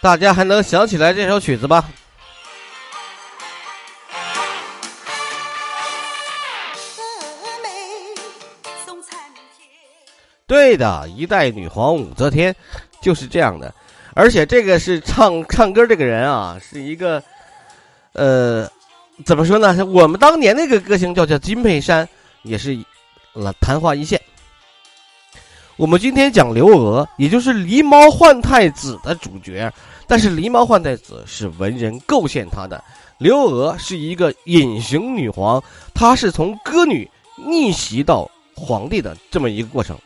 大家还能想起来这首曲子吧？对的，一代女皇武则天就是这样的。而且这个是唱歌这个人啊，是一个怎么说呢，我们当年那个歌星叫金佩珊，也是昙花一现。我们今天讲刘娥，也就是狸猫换太子的主角，但是狸猫换太子是文人构陷他的，刘娥是一个隐形女皇，她是从歌女逆袭到皇帝的这么一个过程。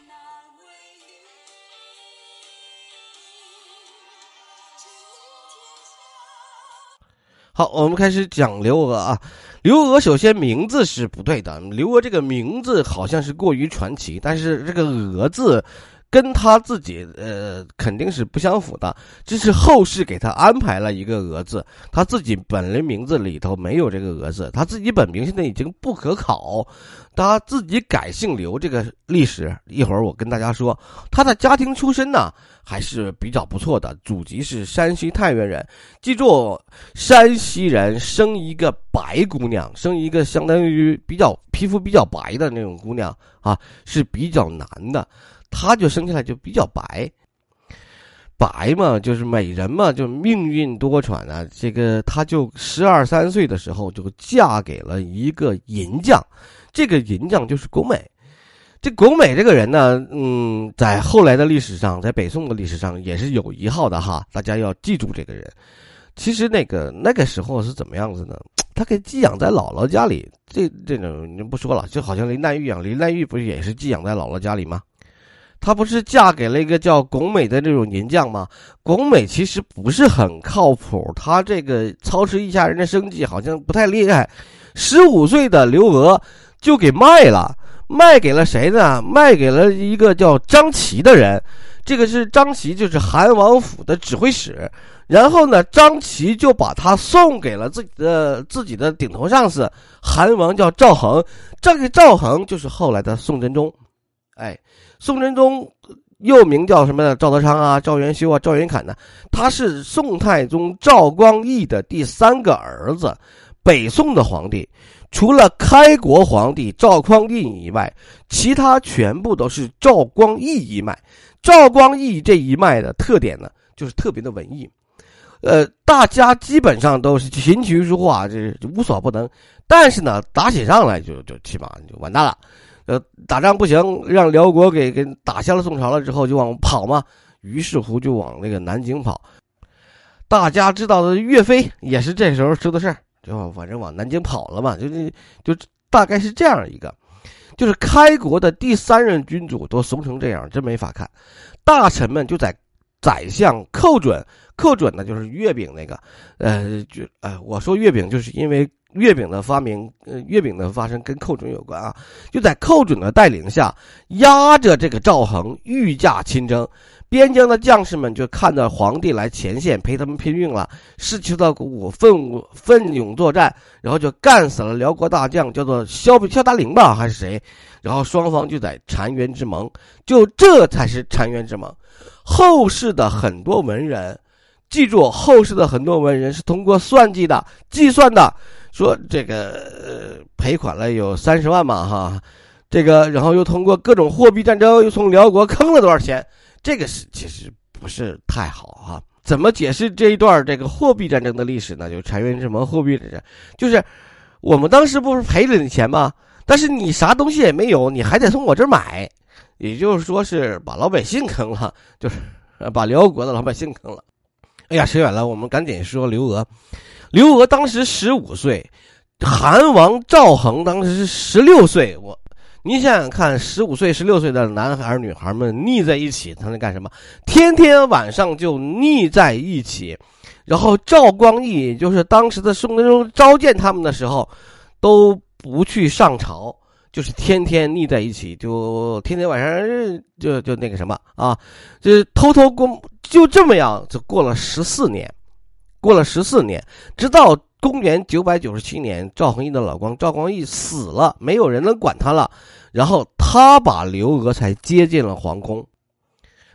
好，我们开始讲刘娥啊。刘娥首先名字是不对的，刘娥这个名字好像是过于传奇，但是这个娥字跟他自己肯定是不相符的，这是后世给他安排了一个娥字，他自己本人名字里头没有这个娥字，他自己本名现在已经不可考，他自己改姓刘这个历史一会儿我跟大家说。他的家庭出身呢还是比较不错的，祖籍是山西太原人，记住山西人生一个白姑娘，生一个相当于皮肤比较白的那种姑娘啊是比较难的，她就生下来就比较白嘛，就是美人嘛，就命运多舛啊。这个她就12、13岁的时候就嫁给了一个银匠，这个银匠就是龚美。这龚美这个人呢，在后来的历史上，在北宋的历史上也是有一号的哈，大家要记住这个人。其实那个时候是怎么样子呢？他给寄养在姥姥家里，这种不说了，就好像林黛玉一样，林黛玉不是也是寄养在姥姥家里吗？她不是嫁给了一个叫龚美的这种银匠吗？龚美其实不是很靠谱，她这个操持一家人的生计好像不太厉害。15岁的刘娥就给卖了。卖给了谁呢？卖给了一个叫张琪的人，这个是张琪，就是韩王府的指挥使。然后呢，张琪就把他送给了自己的顶头上司韩王，叫赵恒。这个赵恒就是后来的宋真宗。宋真宗又名叫什么呢？赵德昌啊，赵元修啊，赵元侃呢，他是宋太宗赵光义的第3个儿子，北宋的皇帝。除了开国皇帝赵匡胤以外，其他全部都是赵光义一脉。赵光义这一脉的特点呢，就是特别的文艺。大家基本上都是琴棋书画，这无所不能。但是呢，打起仗来就起码就完蛋了。打仗不行，让辽国给打下了宋朝了之后，就往跑嘛。于是乎就往那个南京跑。大家知道的岳飞也是这时候出的事儿。就反正往南京跑了嘛，就大概是这样一个，就是开国的第3任君主都怂成这样，真没法看。大臣们就在宰相寇准呢就是月饼那个，我说月饼就是因为月饼的发生跟寇准有关啊，就在寇准的带领下，压着这个赵恒御驾亲征。边疆的将士们就看到皇帝来前线陪他们拼命了，士气到鼓舞，奋勇作战，然后就干死了辽国大将，叫做萧达陵吧还是谁，然后双方就在澶渊之盟，就这才是澶渊之盟。后世的很多文人，记住，后世的很多文人是通过计算的，说这个赔款了有30万嘛哈，这个然后又通过各种货币战争又从辽国坑了多少钱。这个是其实不是太好哈。怎么解释这一段这个货币战争的历史呢？就澶渊之盟货币战争，就是我们当时不是赔了你钱吗？但是你啥东西也没有，你还得从我这儿买，也就是说是把老百姓坑了，就是把辽国的老百姓坑了。哎呀，扯远了，我们赶紧说刘娥。刘娥当时15岁，韩王赵恒当时是16岁，您想想看，15岁、16岁的男孩女孩们腻在一起，他能干什么？天天晚上就腻在一起。然后赵光义就是当时的宋真宗召见他们的时候，都不去上朝，就是天天腻在一起，就天天晚上就那个什么啊，就偷就这么样就过了14年，直到公元997年，赵恒义的老公赵光义死了，没有人能管他了，然后他把刘娥才接进了皇宫。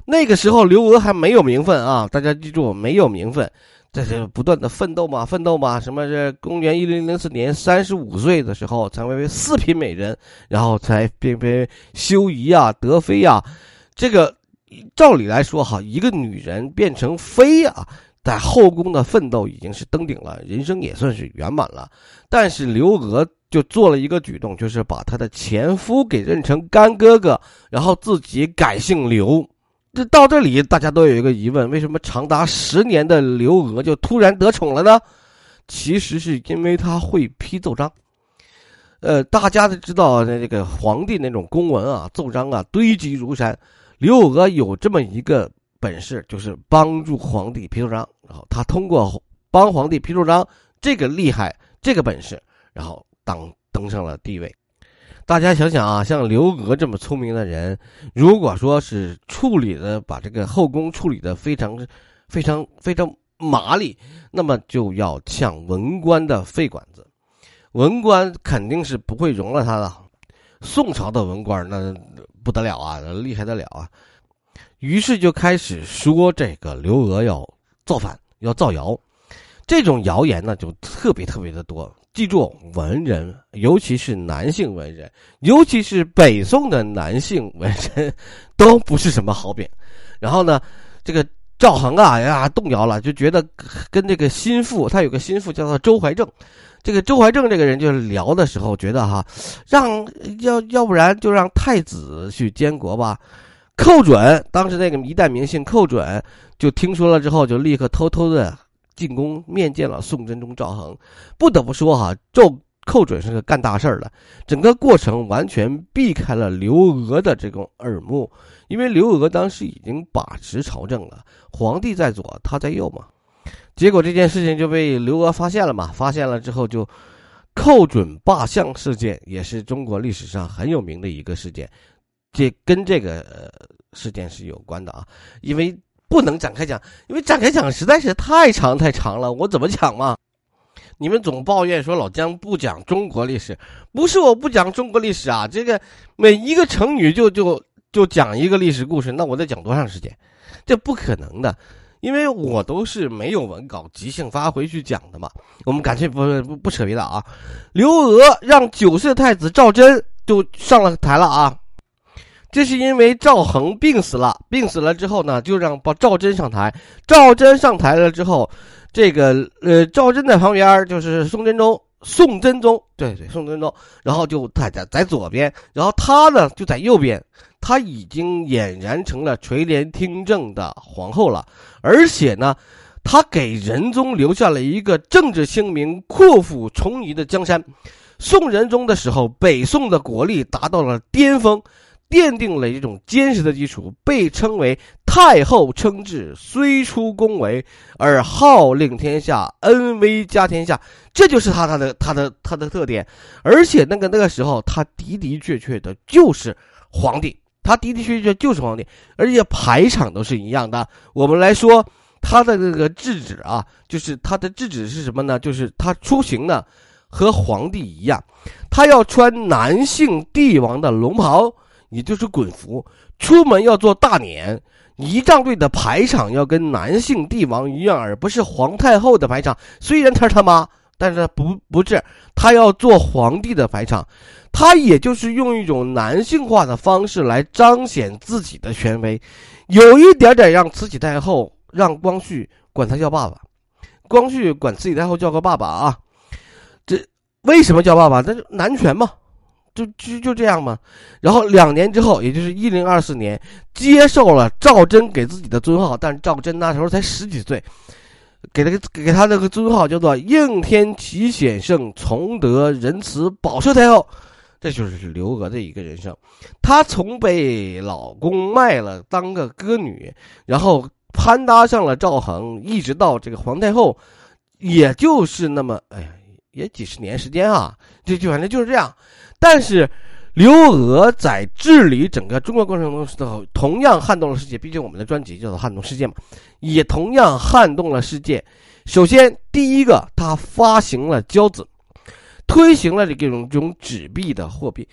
那个时候刘娥还没有名分啊，大家记住，没有名分，这不断的奋斗嘛，什么这公元1004年35岁的时候成为4品美人，然后才变为修仪啊、德妃啊。这个照理来说哈，一个女人变成妃啊，在后宫的奋斗已经是登顶了，人生也算是圆满了。但是刘娥就做了一个举动，就是把她的前夫给认成干哥哥，然后自己改姓刘。到这里大家都有一个疑问，为什么长达10年的刘娥就突然得宠了呢？其实是因为她会批奏章。大家都知道这个皇帝那种公文啊、奏章啊堆积如山，刘娥有这么一个本事，就是帮助皇帝批奏章。然后她通过帮皇帝批奏章这个厉害、这个本事，然后登上了地位。大家想想啊，像刘娥这么聪明的人，如果说是把这个后宫处理的非常麻利，那么就要抢文官的肺管子，文官肯定是不会容了他的。宋朝的文官那不得了啊，厉害得了啊！于是就开始说这个刘娥要造反，要造谣，这种谣言呢就特别的多。记住，文人，尤其是男性文人，尤其是北宋的男性文人，都不是什么好饼。然后呢，这个赵恒动摇了，就觉得跟这个心腹，他有个心腹叫做周怀正，这个周怀正这个人就聊的时候觉得要不然就让太子去监国吧。寇准，当时那个一代名姓寇准就听说了之后，就立刻偷偷的进宫面见了宋真宗赵恒。不得不说寇准是个干大事的，整个过程完全避开了刘娥的这种耳目，因为刘娥当时已经把持朝政了，皇帝在左，他在右嘛。结果这件事情就被刘娥发现了嘛，发现了之后就寇准罢相事件，也是中国历史上很有名的一个事件，这跟这个事件是有关的啊，因为不能展开讲，因为展开讲实在是太长了，我怎么讲嘛？你们总抱怨说老姜不讲中国历史，不是我不讲中国历史啊，这个每一个成语就讲一个历史故事，那我得讲多长时间？这不可能的，因为我都是没有文稿即兴发挥去讲的嘛。我们干脆不扯别的啊。刘娥让9岁的太子赵祯就上了台了啊。这是因为赵恒病死了之后呢，就让赵祯上台。赵祯上台了之后，这个赵祯在旁边就是宋真宗，对，宋真宗，然后就在左边，然后他呢就在右边。他已经俨然成了垂帘听政的皇后了，而且呢，他给仁宗留下了一个政治兴明、阔斧重移的江山。宋仁宗的时候，北宋的国力达到了巅峰，奠定了一种坚实的基础，被称为太后称制，虽出宫闱，而号令天下，恩威加天下，这就是他的特点。而且那个时候，他的确的就是皇帝，而且排场都是一样的。我们来说他的这个制止啊，就是他的制止是什么呢？就是他出行呢和皇帝一样，他要穿男性帝王的龙袍，也就是衮服，出门要做大辇，仪仗队的排场要跟男性帝王一样，而不是皇太后的排场。虽然他是他妈，但是不是，他要做皇帝的排场，他也就是用一种男性化的方式来彰显自己的权威，有一点点让慈禧太后让光绪管他叫爸爸，光绪管慈禧太后叫个爸爸啊，这为什么叫爸爸？那就男权嘛。就这样嘛。然后2年之后，也就是1024年，接受了赵祯给自己的尊号，但赵祯那时候才10几岁，给他那个尊号叫做应天齐显圣崇德仁慈保摄太后。这就是刘娥的一个人生。她从被老公卖了当个歌女，然后攀搭上了赵恒，一直到这个皇太后，也就是那么也几十年时间啊，就反正就是这样。但是刘娥在治理整个中国过程中同样撼动了世界，毕竟我们的专辑叫做撼动世界嘛，也同样撼动了世界。首先第一个，他发行了交子，推行了这种纸币的货币。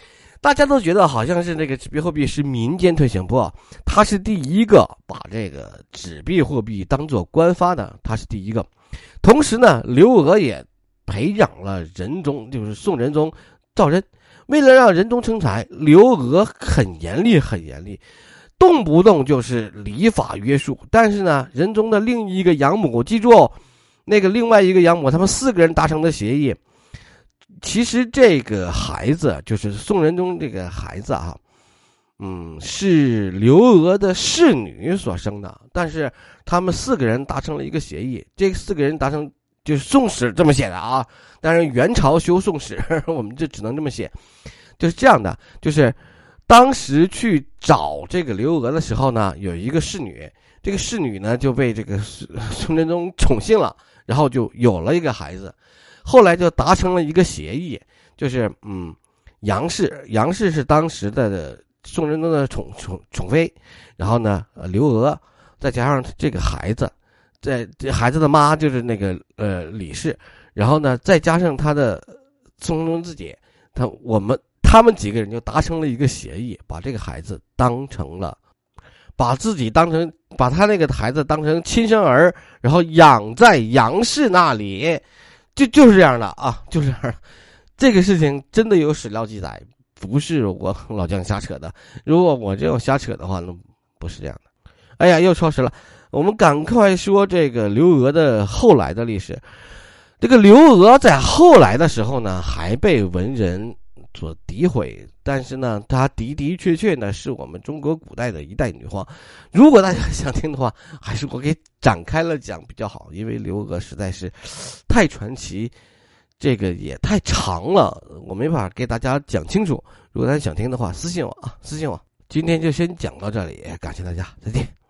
大家都觉得好像是这个纸币货币是民间推行，不，他是第一个把这个纸币货币当作官发的，他是第一个。同时呢，刘娥也培养了仁宗，就是宋仁宗赵祯。为了让仁宗称才，刘娥很严厉，动不动就是礼法约束。但是呢，仁宗的另一个养母，记住哦，那个另外一个养母，他们4个人达成的协议。其实这个孩子就是宋仁宗这个孩子啊，是刘娥的侍女所生的，但是他们4个人达成了一个协议，这4个人达成就是宋史这么写的啊，但是元朝修宋史，我们就只能这么写，就是这样的，就是当时去找这个刘娥的时候呢，有一个侍女，这个侍女呢就被这个宋仁宗宠幸了，然后就有了一个孩子。后来就达成了一个协议，就是杨氏是当时的宋仁宗的宠妃，然后呢刘娥再加上这个孩子，这孩子的妈就是那个李氏，然后呢再加上他的宋仁宗自己，他们几个人就达成了一个协议，把这个孩子把他那个孩子当成亲生儿，然后养在杨氏那里。就是这样的啊，就是这样。这个事情真的有史料记载，不是我老姜瞎扯的。如果我这样瞎扯的话，那不是这样的。哎呀，又超时了，我们赶快说这个刘娥的后来的历史。这个刘娥在后来的时候呢，还被文人所诋毁，但是呢，她的确呢是我们中国古代的一代女皇。如果大家想听的话，还是我给展开了讲比较好，因为刘娥实在是太传奇，这个也太长了，我没法给大家讲清楚。如果大家想听的话，私信我。今天就先讲到这里，感谢大家，再见。